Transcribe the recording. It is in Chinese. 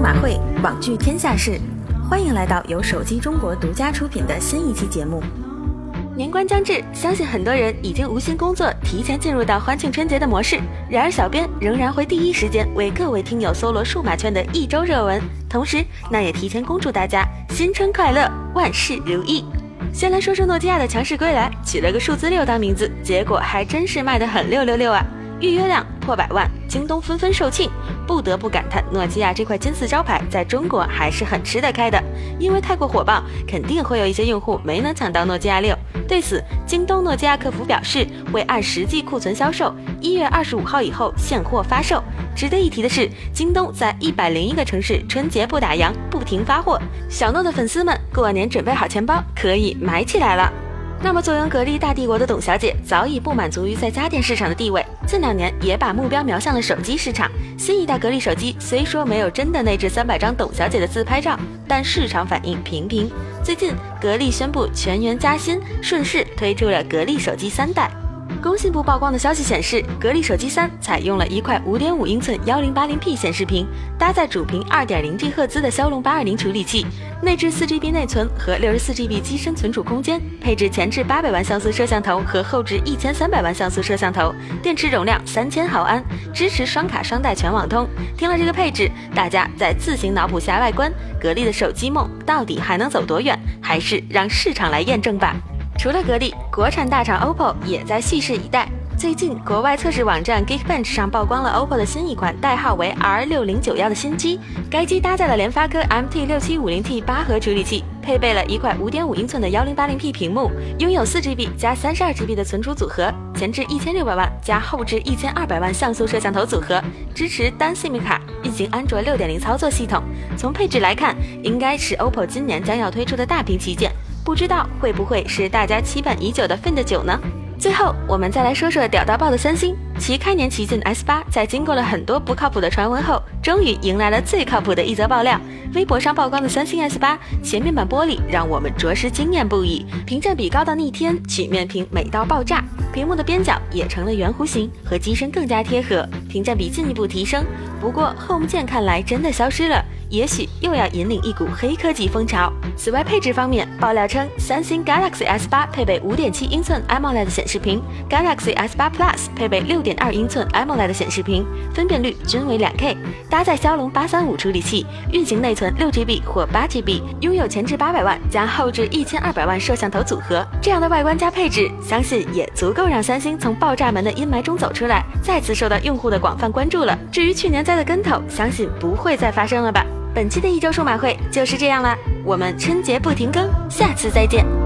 马会，网聚天下事，欢迎来到由手机中国独家出品的新一期节目。年关将至，相信很多人已经无心工作，提前进入到欢庆春节的模式。然而，小编仍然会第一时间为各位听友搜罗数码圈的一周热文，同时那也提前恭祝大家新春快乐，万事如意。先来说说诺基亚的强势归来，取了个数字6当名字，结果还真是卖得很666啊！预约量破100万，京东纷纷售罄，不得不感叹诺基亚这块金字招牌在中国还是很吃得开的。因为太过火爆，肯定会有一些用户没能抢到诺基亚6。对此，京东诺基亚客服表示会按实际库存销售，1月25号以后现货发售。值得一提的是，京东在101个城市春节不打烊，不停发货。小诺的粉丝们过年准备好钱包，可以买起来了。那么坐拥格力大帝国的董小姐早已不满足于在家电市场的地位，近2年也把目标瞄向了手机市场。新一代格力手机虽说没有真的内置300张董小姐的自拍照，但市场反应平平。最近格力宣布全员加薪，顺势推出了格力手机3代。工信部曝光的消息显示，格力手机3采用了一块5.5英寸 1080p 显示屏，搭载主频 2.0G 赫兹的骁龙820处理器，内置 4GB 内存和 64GB 机身存储空间，配置前置800万像素摄像头和后置1300万像素摄像头，电池容量3000毫安，支持双卡双待全网通。听了这个配置，大家再自行脑补下外观，格力的手机梦到底还能走多远？还是让市场来验证吧。除了格力，国产大厂 OPPO 也在蓄势以待。最近，国外测试网站 Geekbench 上曝光了 OPPO 的新一款代号为 R6091 的新机。该机搭载了联发科 MT6750T 8核处理器，配备了一块5.5英寸的 1080p 屏幕，拥有 4GB 加 32GB 的存储组合，前置1600万加后置1200万像素摄像头组合，支持单 SIM 卡，运行安卓 6.0 操作系统。从配置来看，应该是 OPPO 今年将要推出的大屏旗舰。不知道会不会是大家期盼已久的 Find 9呢？最后，我们再来说说屌到爆的三星。其开年旗舰 S8 在经过了很多不靠谱的传闻后，终于迎来了最靠谱的一则爆料。微博上曝光的三星 S8 前面板玻璃让我们着实惊艳不已，屏占比高到逆天，曲面屏美到爆炸，屏幕的边角也成了圆弧形，和机身更加贴合，屏占比进一步提升。不过 Home 键看来真的消失了，也许又要引领一股黑科技风潮。此外，配置方面，爆料称三星 Galaxy S8 配备 5.7 英寸 AMOLED 显示屏， Galaxy S8 Plus 配备 6.2 英寸 AMOLED 显示屏，分辨率均为 2K， 搭载骁龙835处理器，运行内存 6GB 或 8GB， 拥有前置800万加后置1200万摄像头组合。这样的外观加配置，相信也足够让三星从爆炸门的阴霾中走出来，再次受到用户的广泛关注了。至于去年栽的跟头，相信不会再发生了吧。本期的一周数码会就是这样啦，我们春节不停更，下次再见。